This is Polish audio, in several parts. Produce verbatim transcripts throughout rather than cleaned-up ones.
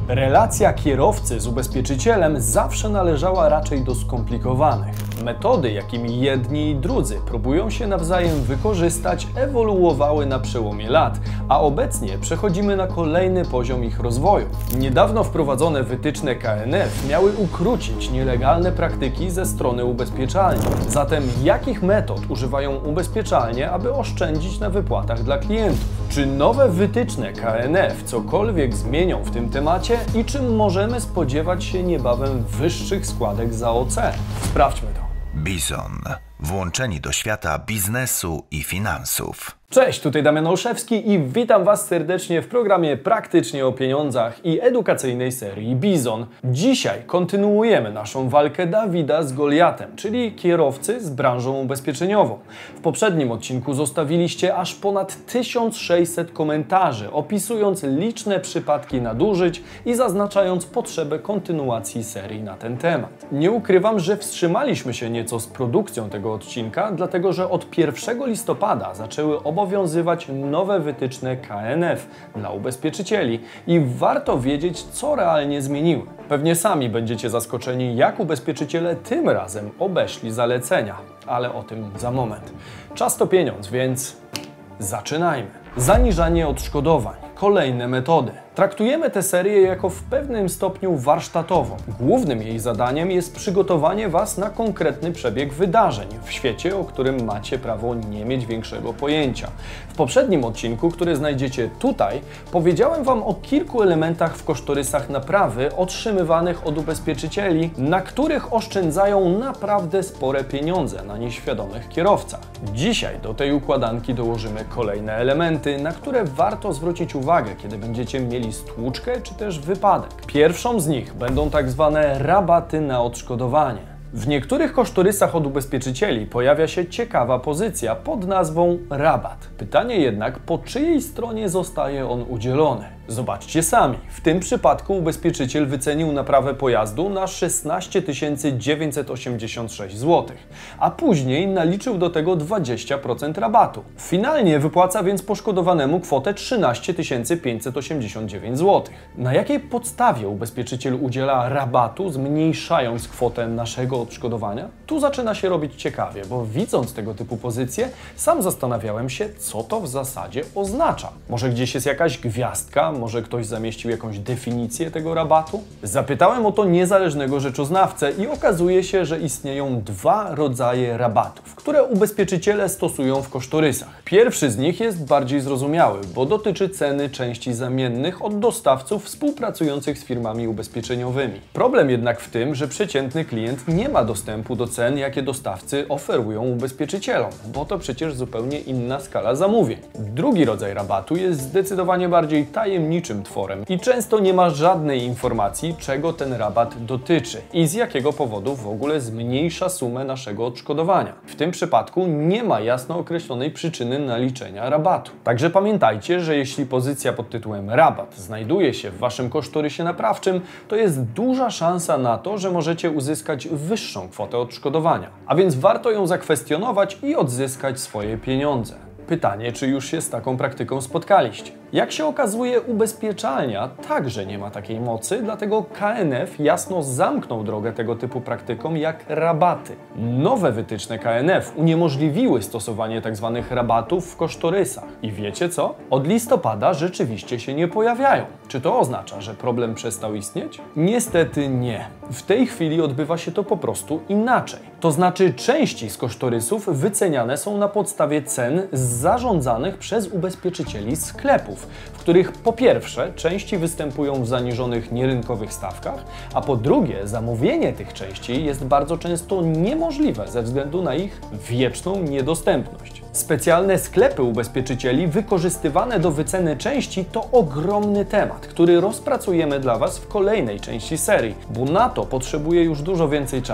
Relacja kierowcy z ubezpieczycielem zawsze należała raczej do skomplikowanych. Metody, jakimi jedni i drudzy próbują się nawzajem wykorzystać, ewoluowały na przełomie lat, a obecnie przechodzimy na kolejny poziom ich rozwoju. Niedawno wprowadzone wytyczne K N F miały ukrócić nielegalne praktyki ze strony ubezpieczalni. Zatem jakich metod używają ubezpieczalnie, aby oszczędzić na wypłatach dla klientów? Czy nowe wytyczne K N F cokolwiek zmienią w tym temacie i czy możemy spodziewać się niebawem wyższych składek za O C? Sprawdźmy to. Bizon. Włączeni do świata biznesu i finansów. Cześć, tutaj Damian Olszewski i witam Was serdecznie w programie Praktycznie o pieniądzach i edukacyjnej serii Bizon. Dzisiaj kontynuujemy naszą walkę Dawida z Goliatem, czyli kierowcy z branżą ubezpieczeniową. W poprzednim odcinku zostawiliście aż ponad tysiąc sześćset komentarzy, opisując liczne przypadki nadużyć i zaznaczając potrzebę kontynuacji serii na ten temat. Nie ukrywam, że wstrzymaliśmy się nieco z produkcją tego odcinka, dlatego że od pierwszego listopada zaczęły obowiązywać obowiązywać nowe wytyczne K N F dla ubezpieczycieli i warto wiedzieć, co realnie zmieniły. Pewnie sami będziecie zaskoczeni, jak ubezpieczyciele tym razem obeszli zalecenia, ale o tym za moment. Czas to pieniądz, więc zaczynajmy. Zaniżanie odszkodowań. Kolejne metody. Traktujemy tę serię jako w pewnym stopniu warsztatową. Głównym jej zadaniem jest przygotowanie Was na konkretny przebieg wydarzeń w świecie, o którym macie prawo nie mieć większego pojęcia. W poprzednim odcinku, który znajdziecie tutaj, powiedziałem Wam o kilku elementach w kosztorysach naprawy otrzymywanych od ubezpieczycieli, na których oszczędzają naprawdę spore pieniądze na nieświadomych kierowcach. Dzisiaj do tej układanki dołożymy kolejne elementy, na które warto zwrócić uwagę, kiedy będziecie mieli stłuczkę czy też wypadek. Pierwszą z nich będą tak zwane rabaty na odszkodowanie. W niektórych kosztorysach od ubezpieczycieli pojawia się ciekawa pozycja pod nazwą rabat. Pytanie jednak, po czyjej stronie zostaje on udzielony? Zobaczcie sami. W tym przypadku ubezpieczyciel wycenił naprawę pojazdu na szesnaście tysięcy dziewięćset osiemdziesiąt sześć złotych, a później naliczył do tego dwadzieścia procent rabatu. Finalnie wypłaca więc poszkodowanemu kwotę trzynaście tysięcy pięćset osiemdziesiąt dziewięć złotych. Na jakiej podstawie ubezpieczyciel udziela rabatu, zmniejszając kwotę naszego odszkodowania? Tu zaczyna się robić ciekawie, bo widząc tego typu pozycje, sam zastanawiałem się, co to w zasadzie oznacza. Może gdzieś jest jakaś gwiazdka, może ktoś zamieścił jakąś definicję tego rabatu? Zapytałem o to niezależnego rzeczoznawcę i okazuje się, że istnieją dwa rodzaje rabatów, które ubezpieczyciele stosują w kosztorysach. Pierwszy z nich jest bardziej zrozumiały, bo dotyczy ceny części zamiennych od dostawców współpracujących z firmami ubezpieczeniowymi. Problem jednak w tym, że przeciętny klient nie ma dostępu do cen, jakie dostawcy oferują ubezpieczycielom, bo to przecież zupełnie inna skala zamówień. Drugi rodzaj rabatu jest zdecydowanie bardziej tajemniczy niczym tworem i często nie ma żadnej informacji, czego ten rabat dotyczy i z jakiego powodu w ogóle zmniejsza sumę naszego odszkodowania. W tym przypadku nie ma jasno określonej przyczyny naliczenia rabatu. Także pamiętajcie, że jeśli pozycja pod tytułem rabat znajduje się w Waszym kosztorysie naprawczym, to jest duża szansa na to, że możecie uzyskać wyższą kwotę odszkodowania. A więc warto ją zakwestionować i odzyskać swoje pieniądze. Pytanie, czy już się z taką praktyką spotkaliście? Jak się okazuje, ubezpieczalnia także nie ma takiej mocy, dlatego K N F jasno zamknął drogę tego typu praktykom jak rabaty. Nowe wytyczne K N F uniemożliwiły stosowanie tzw. rabatów w kosztorysach. I wiecie co? Od listopada rzeczywiście się nie pojawiają. Czy to oznacza, że problem przestał istnieć? Niestety nie. W tej chwili odbywa się to po prostu inaczej. To znaczy części z kosztorysów wyceniane są na podstawie cen zarządzanych przez ubezpieczycieli sklepów, w których po pierwsze części występują w zaniżonych nierynkowych stawkach, a po drugie zamówienie tych części jest bardzo często niemożliwe ze względu na ich wieczną niedostępność. Specjalne sklepy ubezpieczycieli wykorzystywane do wyceny części to ogromny temat, który rozpracujemy dla Was w kolejnej części serii, bo na to potrzebuje już dużo więcej czasu. W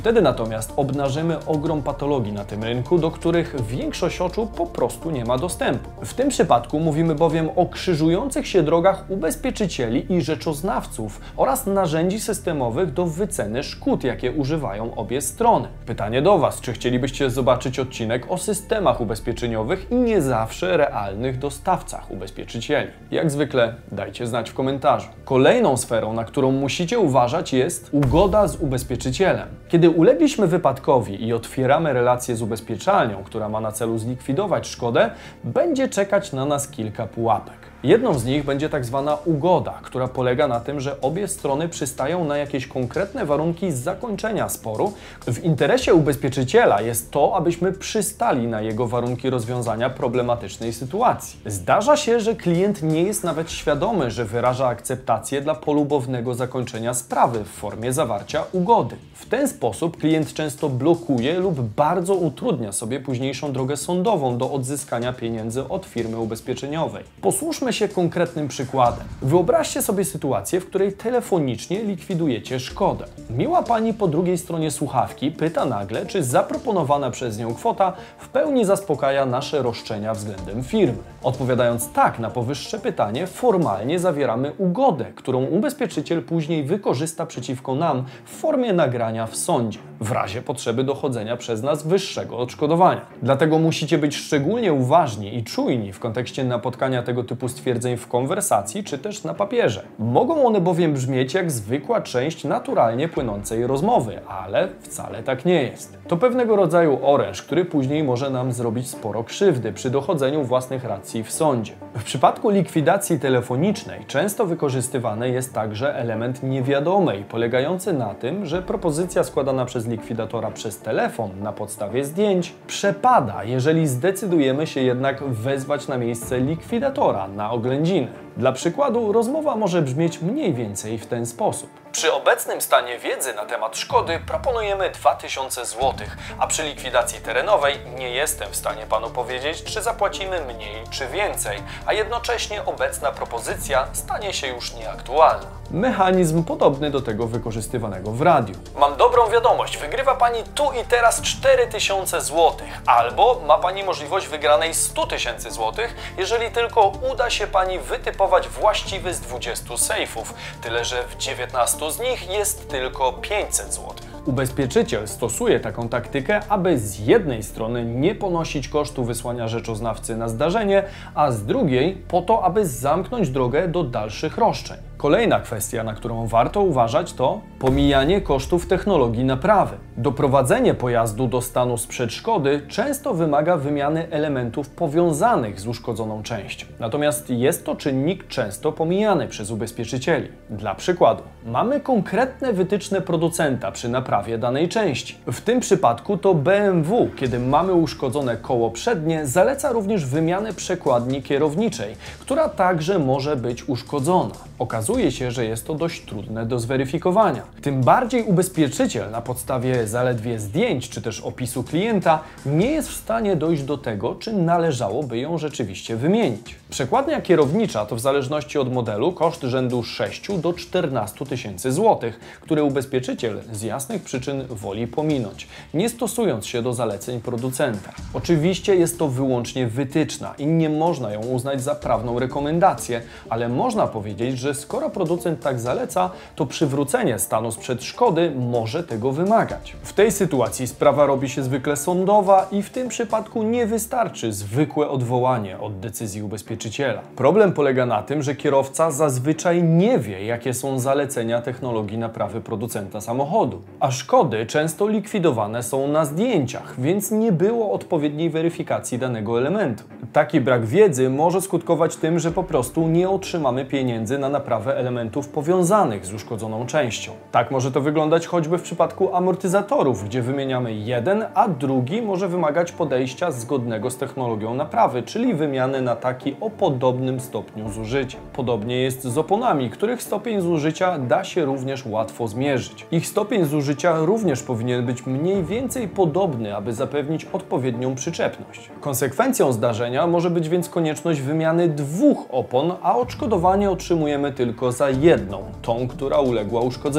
Wtedy natomiast obnażymy ogrom patologii na tym rynku, do których większość oczu po prostu nie ma dostępu. W tym przypadku mówimy bowiem o krzyżujących się drogach ubezpieczycieli i rzeczoznawców oraz narzędzi systemowych do wyceny szkód, jakie używają obie strony. Pytanie do Was, czy chcielibyście zobaczyć odcinek o systemach ubezpieczeniowych i nie zawsze realnych dostawcach ubezpieczycieli? Jak zwykle dajcie znać w komentarzu. Kolejną sferą, na którą musicie uważać, jest ugoda z ubezpieczycielem. Kiedy ulegliśmy wypadkowi i otwieramy relację z ubezpieczalnią, która ma na celu zlikwidować szkodę, będzie czekać na nas kilka pułapek. Jedną z nich będzie tak zwana ugoda, która polega na tym, że obie strony przystają na jakieś konkretne warunki zakończenia sporu. W interesie ubezpieczyciela jest to, abyśmy przystali na jego warunki rozwiązania problematycznej sytuacji. Zdarza się, że klient nie jest nawet świadomy, że wyraża akceptację dla polubownego zakończenia sprawy w formie zawarcia ugody. W ten sposób klient często blokuje lub bardzo utrudnia sobie późniejszą drogę sądową do odzyskania pieniędzy od firmy ubezpieczeniowej. Posłuszmy się konkretnym przykładem. Wyobraźcie sobie sytuację, w której telefonicznie likwidujecie szkodę. Miła pani po drugiej stronie słuchawki pyta nagle, czy zaproponowana przez nią kwota w pełni zaspokaja nasze roszczenia względem firmy. Odpowiadając tak na powyższe pytanie, formalnie zawieramy ugodę, którą ubezpieczyciel później wykorzysta przeciwko nam w formie nagrania w sądzie, w razie potrzeby dochodzenia przez nas wyższego odszkodowania. Dlatego musicie być szczególnie uważni i czujni w kontekście napotkania tego typu stwierdzeń w konwersacji czy też na papierze. Mogą one bowiem brzmieć jak zwykła część naturalnie płynącej rozmowy, ale wcale tak nie jest. To pewnego rodzaju oręż, który później może nam zrobić sporo krzywdy przy dochodzeniu własnych racji w sądzie. W przypadku likwidacji telefonicznej często wykorzystywany jest także element niewiadomej, polegający na tym, że propozycja składana przez likwidatora przez telefon na podstawie zdjęć przepada, jeżeli zdecydujemy się jednak wezwać na miejsce likwidatora na oględziny. Dla przykładu rozmowa może brzmieć mniej więcej w ten sposób. Przy obecnym stanie wiedzy na temat szkody proponujemy dwa tysiące złotych, a przy likwidacji terenowej nie jestem w stanie Panu powiedzieć, czy zapłacimy mniej czy więcej, a jednocześnie obecna propozycja stanie się już nieaktualna. Mechanizm podobny do tego wykorzystywanego w radiu. Mam dobrą wiadomość, wygrywa Pani tu i teraz cztery tysiące złotych, albo ma Pani możliwość wygranej stu tysięcy złotych, jeżeli tylko uda się Pani wytypować właściwy z dwudziestu sejfów, tyle że w dziewiętnastu z nich jest tylko pięćset złotych. Ubezpieczyciel stosuje taką taktykę, aby z jednej strony nie ponosić kosztu wysłania rzeczoznawcy na zdarzenie, a z drugiej po to, aby zamknąć drogę do dalszych roszczeń. Kolejna kwestia, na którą warto uważać, to pomijanie kosztów technologii naprawy. Doprowadzenie pojazdu do stanu sprzed szkody często wymaga wymiany elementów powiązanych z uszkodzoną częścią. Natomiast jest to czynnik często pomijany przez ubezpieczycieli. Dla przykładu, mamy konkretne wytyczne producenta przy naprawie danej części. W tym przypadku to B M W, kiedy mamy uszkodzone koło przednie, zaleca również wymianę przekładni kierowniczej, która także może być uszkodzona. Okazuje się, że jest to dość trudne do zweryfikowania. Tym bardziej ubezpieczyciel na podstawie zaledwie zdjęć czy też opisu klienta nie jest w stanie dojść do tego, czy należałoby ją rzeczywiście wymienić. Przekładnia kierownicza to w zależności od modelu koszt rzędu sześciu do czternastu tysięcy złotych, które ubezpieczyciel z jasnych przyczyn woli pominąć, nie stosując się do zaleceń producenta. Oczywiście jest to wyłącznie wytyczna i nie można ją uznać za prawną rekomendację, ale można powiedzieć, że skoro producent tak zaleca, to przywrócenie stanu sprzed szkody może tego wymagać. W tej sytuacji sprawa robi się zwykle sądowa i w tym przypadku nie wystarczy zwykłe odwołanie od decyzji ubezpieczyciela. Problem polega na tym, że kierowca zazwyczaj nie wie, jakie są zalecenia technologii naprawy producenta samochodu, a szkody często likwidowane są na zdjęciach, więc nie było odpowiedniej weryfikacji danego elementu. Taki brak wiedzy może skutkować tym, że po prostu nie otrzymamy pieniędzy na naprawę elementów powiązanych z uszkodzoną częścią. Tak może to wyglądać choćby w przypadku amortyzatorów, gdzie wymieniamy jeden, a drugi może wymagać podejścia zgodnego z technologią naprawy, czyli wymiany na taki o podobnym stopniu zużycia. Podobnie jest z oponami, których stopień zużycia da się również łatwo zmierzyć. Ich stopień zużycia również powinien być mniej więcej podobny, aby zapewnić odpowiednią przyczepność. Konsekwencją zdarzenia może być więc konieczność wymiany dwóch opon, a odszkodowanie otrzymujemy tylko za jedną, tą, która uległa uszkodzeniu.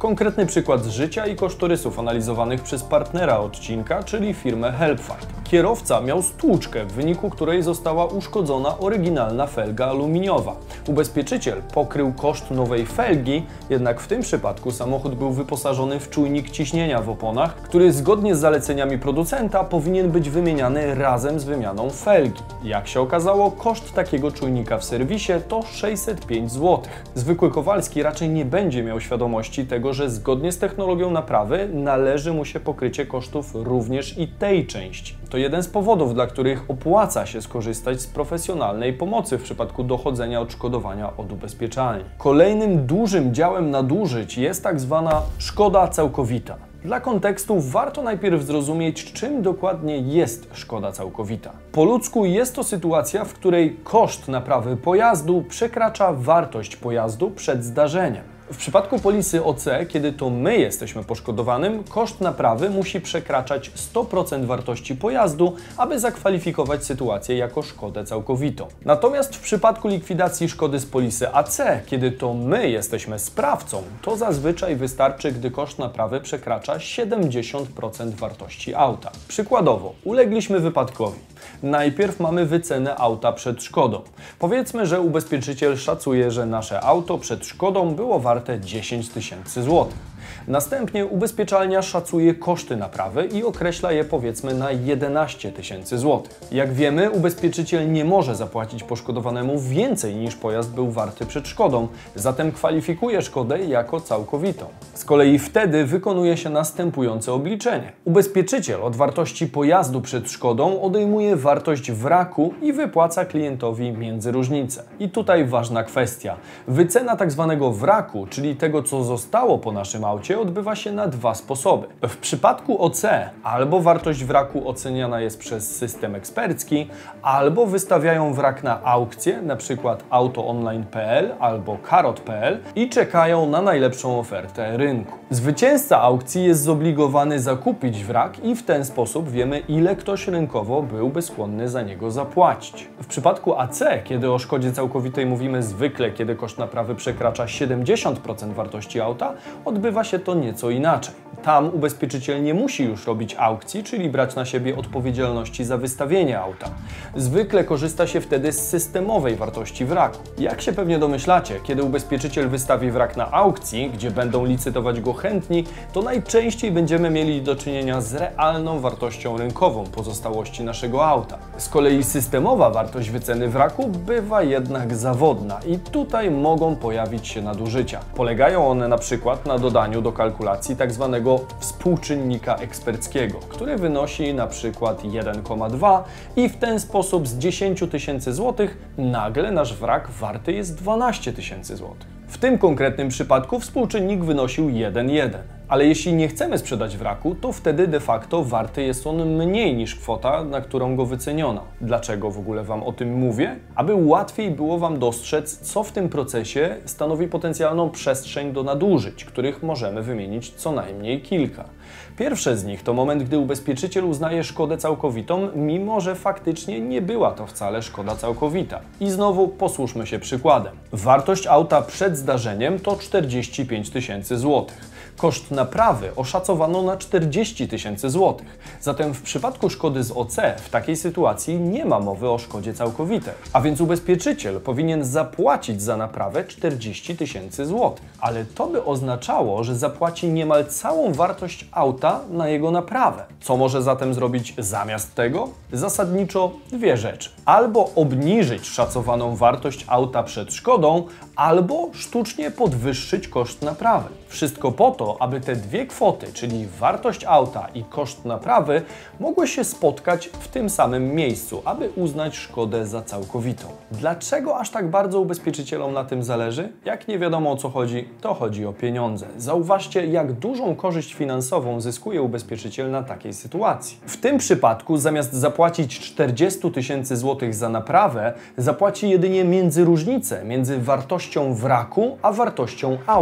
Konkretny przykład z życia i kosztorysów analizowanych przez partnera odcinka, czyli firmę Helpfine. Kierowca miał stłuczkę, w wyniku której została uszkodzona oryginalna felga aluminiowa. Ubezpieczyciel pokrył koszt nowej felgi, jednak w tym przypadku samochód był wyposażony w czujnik ciśnienia w oponach, który zgodnie z zaleceniami producenta powinien być wymieniany razem z wymianą felgi. Jak się okazało, koszt takiego czujnika w serwisie to sześćset pięć złotych. Zwykły Kowalski raczej nie będzie miał świadomości tego, że zgodnie z technologią naprawy należy mu się pokrycie kosztów również i tej części. To jeden z powodów, dla których opłaca się skorzystać z profesjonalnej pomocy w przypadku dochodzenia odszkodowania od ubezpieczalni. Kolejnym dużym działem nadużyć jest tak zwana szkoda całkowita. Dla kontekstu warto najpierw zrozumieć, czym dokładnie jest szkoda całkowita. Po ludzku jest to sytuacja, w której koszt naprawy pojazdu przekracza wartość pojazdu przed zdarzeniem. W przypadku polisy O C, kiedy to my jesteśmy poszkodowanym, koszt naprawy musi przekraczać sto procent wartości pojazdu, aby zakwalifikować sytuację jako szkodę całkowitą. Natomiast w przypadku likwidacji szkody z polisy A C, kiedy to my jesteśmy sprawcą, to zazwyczaj wystarczy, gdy koszt naprawy przekracza siedemdziesiąt procent wartości auta. Przykładowo, ulegliśmy wypadkowi. Najpierw mamy wycenę auta przed szkodą. Powiedzmy, że ubezpieczyciel szacuje, że nasze auto przed szkodą było warte dziesięć tysięcy złotych. Następnie ubezpieczalnia szacuje koszty naprawy i określa je powiedzmy na jedenaście tysięcy złotych. Jak wiemy, ubezpieczyciel nie może zapłacić poszkodowanemu więcej niż pojazd był warty przed szkodą, zatem kwalifikuje szkodę jako całkowitą. Z kolei wtedy wykonuje się następujące obliczenie. Ubezpieczyciel od wartości pojazdu przed szkodą odejmuje wartość wraku i wypłaca klientowi międzyróżnicę. I tutaj ważna kwestia. Wycena tak zwanego wraku, czyli tego, co zostało po naszym aucie, odbywa się na dwa sposoby. W przypadku O C albo wartość wraku oceniana jest przez system ekspercki, albo wystawiają wrak na aukcję, np. autoonline kropka p l albo karot kropka p l i czekają na najlepszą ofertę rynku. Zwycięzca aukcji jest zobligowany zakupić wrak i w ten sposób wiemy, ile ktoś rynkowo byłby skłonny za niego zapłacić. W przypadku A C, kiedy o szkodzie całkowitej mówimy zwykle, kiedy koszt naprawy przekracza siedemdziesiąt procent wartości auta, odbywa się to nieco inaczej. Tam ubezpieczyciel nie musi już robić aukcji, czyli brać na siebie odpowiedzialności za wystawienie auta. Zwykle korzysta się wtedy z systemowej wartości wraku. Jak się pewnie domyślacie, kiedy ubezpieczyciel wystawi wrak na aukcji, gdzie będą licytować go chętni, to najczęściej będziemy mieli do czynienia z realną wartością rynkową pozostałości naszego auta. Z kolei systemowa wartość wyceny wraku bywa jednak zawodna i tutaj mogą pojawić się nadużycia. Polegają one na przykład na dodaniu do kalkulacji tak zwanego współczynnika eksperckiego, który wynosi na przykład jeden przecinek dwa i w ten sposób z dziesięć tysięcy złotych nagle nasz wrak warty jest dwanaście tysięcy złotych. W tym konkretnym przypadku współczynnik wynosił jeden przecinek jeden. Ale jeśli nie chcemy sprzedać wraku, to wtedy de facto warty jest on mniej niż kwota, na którą go wyceniono. Dlaczego w ogóle Wam o tym mówię? Aby łatwiej było Wam dostrzec, co w tym procesie stanowi potencjalną przestrzeń do nadużyć, których możemy wymienić co najmniej kilka. Pierwsze z nich to moment, gdy ubezpieczyciel uznaje szkodę całkowitą, mimo że faktycznie nie była to wcale szkoda całkowita. I znowu posłużmy się przykładem. Wartość auta przed zdarzeniem to czterdzieści pięć tysięcy złotych. Koszt naprawy oszacowano na czterdzieści tysięcy złotych. Zatem w przypadku szkody z O C w takiej sytuacji nie ma mowy o szkodzie całkowitej. A więc ubezpieczyciel powinien zapłacić za naprawę czterdzieści tysięcy złotych. Ale to by oznaczało, że zapłaci niemal całą wartość auta na jego naprawę. Co może zatem zrobić zamiast tego? Zasadniczo dwie rzeczy. Albo obniżyć szacowaną wartość auta przed szkodą, albo sztucznie podwyższyć koszt naprawy. Wszystko po to, aby te dwie kwoty, czyli wartość auta i koszt naprawy, mogły się spotkać w tym samym miejscu, aby uznać szkodę za całkowitą. Dlaczego aż tak bardzo ubezpieczycielom na tym zależy? Jak nie wiadomo o co chodzi, to chodzi o pieniądze. Zauważcie, jak dużą korzyść finansową zyskuje ubezpieczyciel na takiej sytuacji. W tym przypadku zamiast zapłacić czterdzieści tysięcy złotych za naprawę, zapłaci jedynie międzyróżnicę między wartością wraku a wartością auta.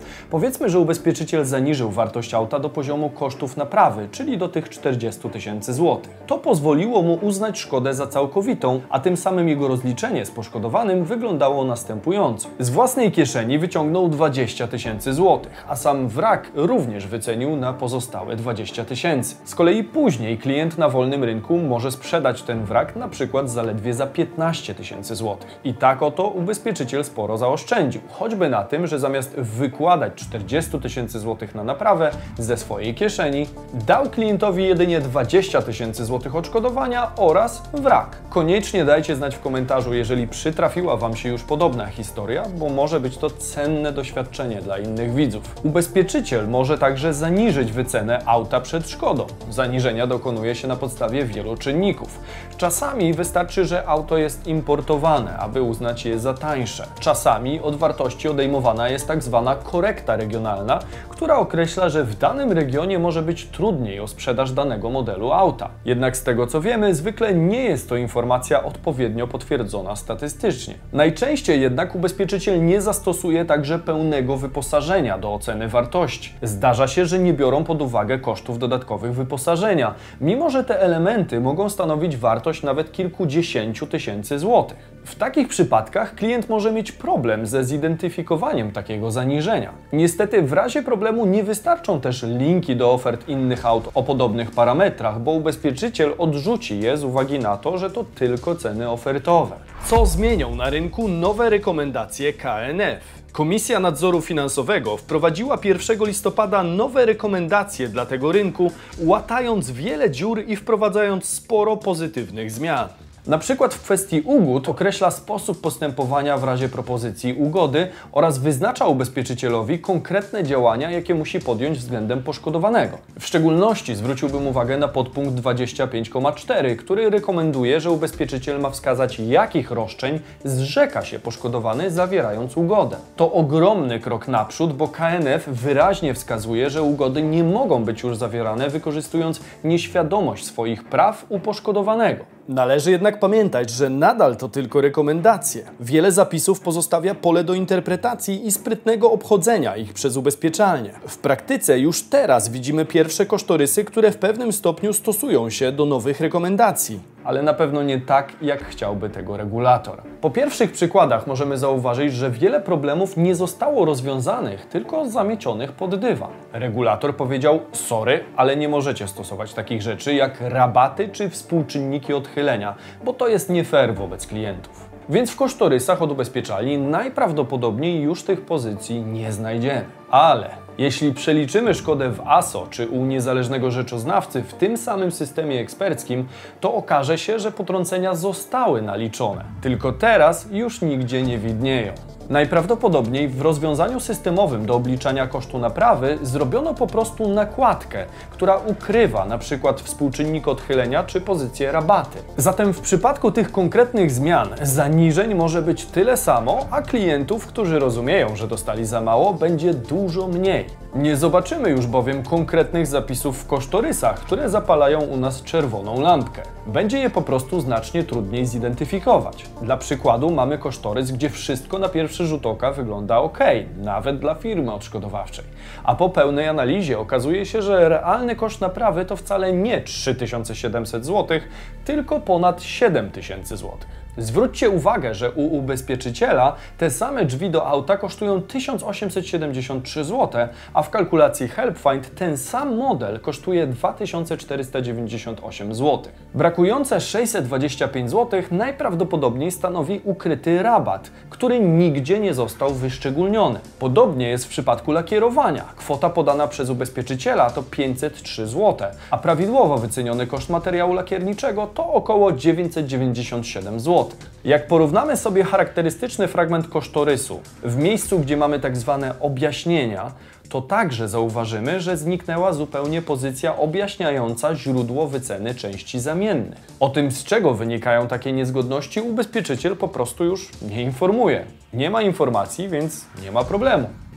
Powiedzmy, że ubezpieczyciel zaniżył wartość auta do poziomu kosztów naprawy, czyli do tych czterdziestu tysięcy złotych. To pozwoliło mu uznać szkodę za całkowitą, a tym samym jego rozliczenie z poszkodowanym wyglądało następująco. Z własnej kieszeni wyciągnął dwadzieścia tysięcy złotych, a sam wrak również wycenił na pozostałe dwadzieścia tysięcy. Z kolei później klient na wolnym rynku może sprzedać ten wrak na przykład zaledwie za piętnaście tysięcy złotych. I tak oto ubezpieczyciel sporo zaoszczędził, choćby na tym, że zamiast wykładać czterdzieści tysięcy złotych na naprawę ze swojej kieszeni, dał klientowi jedynie dwadzieścia tysięcy złotych odszkodowania oraz wrak. Koniecznie dajcie znać w komentarzu, jeżeli przytrafiła Wam się już podobna historia, bo może być to cenne doświadczenie dla innych widzów. Ubezpieczyciel może także zaniżyć wycenę auta przed szkodą. Zaniżenia dokonuje się na podstawie wielu czynników. Czasami wystarczy, że auto jest importowane, aby uznać je za tańsze. Czasami od wartości odejmowana jest tak zwana korekta regionalna, która określa, że w danym regionie może być trudniej o sprzedaż danego modelu auta. Jednak z tego co wiemy, zwykle nie jest to informacja odpowiednio potwierdzona statystycznie. Najczęściej jednak ubezpieczyciel nie zastosuje także pełnego wyposażenia do oceny wartości. Zdarza się, że nie biorą pod uwagę kosztów dodatkowych wyposażenia, mimo że te elementy mogą stanowić wartość nawet kilkudziesięciu tysięcy złotych. W takich przypadkach klient może mieć problem ze zidentyfikowaniem takiego zaniżenia. Niestety w razie problemu nie wystarczą też linki do ofert innych aut o podobnych parametrach, bo ubezpieczyciel odrzuci je z uwagi na to, że to tylko ceny ofertowe. Co zmienią na rynku nowe rekomendacje K N F? Komisja Nadzoru Finansowego wprowadziła pierwszego listopada nowe rekomendacje dla tego rynku, łatając wiele dziur i wprowadzając sporo pozytywnych zmian. Na przykład w kwestii ugód określa sposób postępowania w razie propozycji ugody oraz wyznacza ubezpieczycielowi konkretne działania, jakie musi podjąć względem poszkodowanego. W szczególności zwróciłbym uwagę na podpunkt dwadzieścia pięć koma cztery, który rekomenduje, że ubezpieczyciel ma wskazać, jakich roszczeń zrzeka się poszkodowany, zawierając ugodę. To ogromny krok naprzód, bo K N F wyraźnie wskazuje, że ugody nie mogą być już zawierane, wykorzystując nieświadomość swoich praw u poszkodowanego. Należy jednak pamiętać, że nadal to tylko rekomendacje. Wiele zapisów pozostawia pole do interpretacji i sprytnego obchodzenia ich przez ubezpieczalnię. W praktyce już teraz widzimy pierwsze kosztorysy, które w pewnym stopniu stosują się do nowych rekomendacji. Ale na pewno nie tak, jak chciałby tego regulator. Po pierwszych przykładach możemy zauważyć, że wiele problemów nie zostało rozwiązanych, tylko zamiecionych pod dywan. Regulator powiedział: sorry, ale nie możecie stosować takich rzeczy jak rabaty czy współczynniki odchylenia, bo to jest nie fair wobec klientów. Więc w kosztorysach od ubezpieczalni najprawdopodobniej już tych pozycji nie znajdziemy. Ale jeśli przeliczymy szkodę w A S O czy u niezależnego rzeczoznawcy w tym samym systemie eksperckim, to okaże się, że potrącenia zostały naliczone. Tylko teraz już nigdzie nie widnieją. Najprawdopodobniej w rozwiązaniu systemowym do obliczania kosztu naprawy zrobiono po prostu nakładkę, która ukrywa na przykład współczynnik odchylenia czy pozycję rabaty. Zatem w przypadku tych konkretnych zmian zaniżeń może być tyle samo, a klientów, którzy rozumieją, że dostali za mało, będzie dużo mniej. Nie zobaczymy już bowiem konkretnych zapisów w kosztorysach, które zapalają u nas czerwoną lampkę. Będzie je po prostu znacznie trudniej zidentyfikować. Dla przykładu mamy kosztorys, gdzie wszystko na pierwszy rzut oka wygląda ok, nawet dla firmy odszkodowawczej. A po pełnej analizie okazuje się, że realny koszt naprawy to wcale nie trzy tysiące siedemset złotych, tylko ponad siedem tysięcy złotych. Zwróćcie uwagę, że u ubezpieczyciela te same drzwi do auta kosztują tysiąc osiemset siedemdziesiąt trzy złote, a w kalkulacji HelpFind ten sam model kosztuje dwa tysiące czterysta dziewięćdziesiąt osiem złotych. Brakujące sześćset dwadzieścia pięć złotych najprawdopodobniej stanowi ukryty rabat, który nigdzie nie został wyszczególniony. Podobnie jest w przypadku lakierowania. Kwota podana przez ubezpieczyciela to pięćset trzy złote, a prawidłowo wyceniony koszt materiału lakierniczego to około dziewięćset dziewięćdziesiąt siedem złotych. Jak porównamy sobie charakterystyczny fragment kosztorysu w miejscu, gdzie mamy tak zwane objaśnienia, to także zauważymy, że zniknęła zupełnie pozycja objaśniająca źródło wyceny części zamiennych. O tym, z czego wynikają takie niezgodności, ubezpieczyciel po prostu już nie informuje. Nie ma informacji, więc nie ma problemu.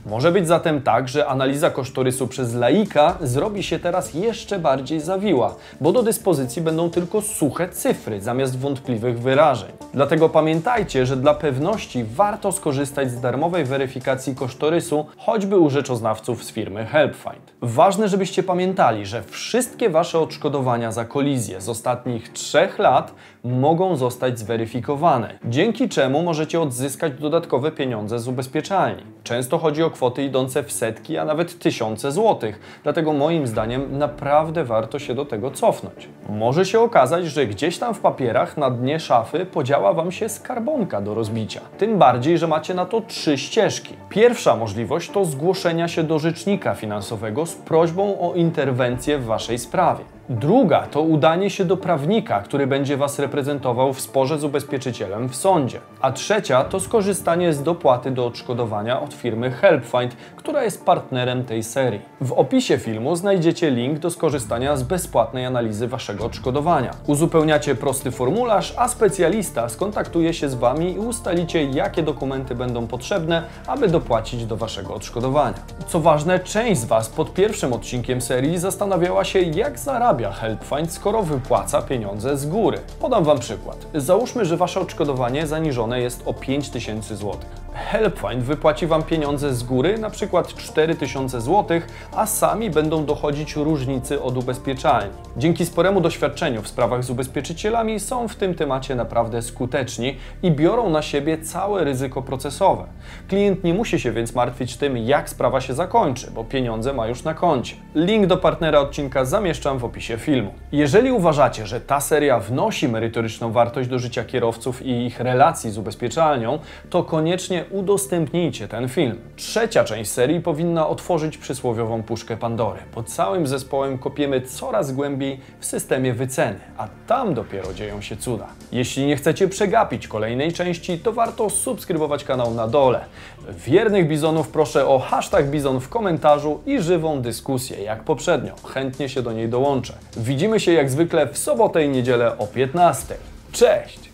Może być zatem tak, że analiza kosztorysu przez laika zrobi się teraz jeszcze bardziej zawiła, bo do dyspozycji będą tylko suche cyfry zamiast wątpliwych wyrażeń. Dlatego pamiętajcie, że dla pewności warto skorzystać z darmowej weryfikacji kosztorysu, choćby u rzeczoznawców z firmy HelpFind. Ważne, żebyście pamiętali, że wszystkie Wasze odszkodowania za kolizję z ostatnich trzech lat mogą zostać zweryfikowane, dzięki czemu możecie odzyskać dodatkowe pieniądze z ubezpieczalni. Często chodzi o kwoty idące w setki, a nawet tysiące złotych, dlatego moim zdaniem naprawdę warto się do tego cofnąć. Może się okazać, że gdzieś tam w papierach na dnie szafy podziała Wam się skarbonka do rozbicia. Tym bardziej, że macie na to trzy ścieżki. Pierwsza możliwość to zgłoszenia się do rzecznika finansowego z prośbą o interwencję w Waszej sprawie. Druga to udanie się do prawnika, który będzie Was reprezentował w sporze z ubezpieczycielem w sądzie. A trzecia to skorzystanie z dopłaty do odszkodowania od firmy HelpFind, która jest partnerem tej serii. W opisie filmu znajdziecie link do skorzystania z bezpłatnej analizy Waszego odszkodowania. Uzupełniacie prosty formularz, a specjalista skontaktuje się z Wami i ustalicie, jakie dokumenty będą potrzebne, aby dopłacić do Waszego odszkodowania. Co ważne, część z Was pod pierwszym odcinkiem serii zastanawiała się, jak zarabiać HelpFind, skoro wypłaca pieniądze z góry. Podam Wam przykład. Załóżmy, że Wasze odszkodowanie zaniżone jest o pięć tysięcy złotych. HelpFind wypłaci Wam pieniądze z góry, na przykład cztery tysiące złotych, a sami będą dochodzić różnicy od ubezpieczalni. Dzięki sporemu doświadczeniu w sprawach z ubezpieczycielami są w tym temacie naprawdę skuteczni i biorą na siebie całe ryzyko procesowe. Klient nie musi się więc martwić tym, jak sprawa się zakończy, bo pieniądze ma już na koncie. Link do partnera odcinka zamieszczam w opisie filmu. Jeżeli uważacie, że ta seria wnosi merytoryczną wartość do życia kierowców i ich relacji z ubezpieczalnią, to koniecznie udostępnijcie ten film. Trzecia część serii powinna otworzyć przysłowiową puszkę Pandory. Pod całym zespołem kopiemy coraz głębiej w systemie wyceny, a tam dopiero dzieją się cuda. Jeśli nie chcecie przegapić kolejnej części, to warto subskrybować kanał na dole. Wiernych bizonów proszę o hashtag bizon w komentarzu i żywą dyskusję, jak poprzednio. Chętnie się do niej dołączę. Widzimy się jak zwykle w sobotę i niedzielę o piętnastej. Cześć!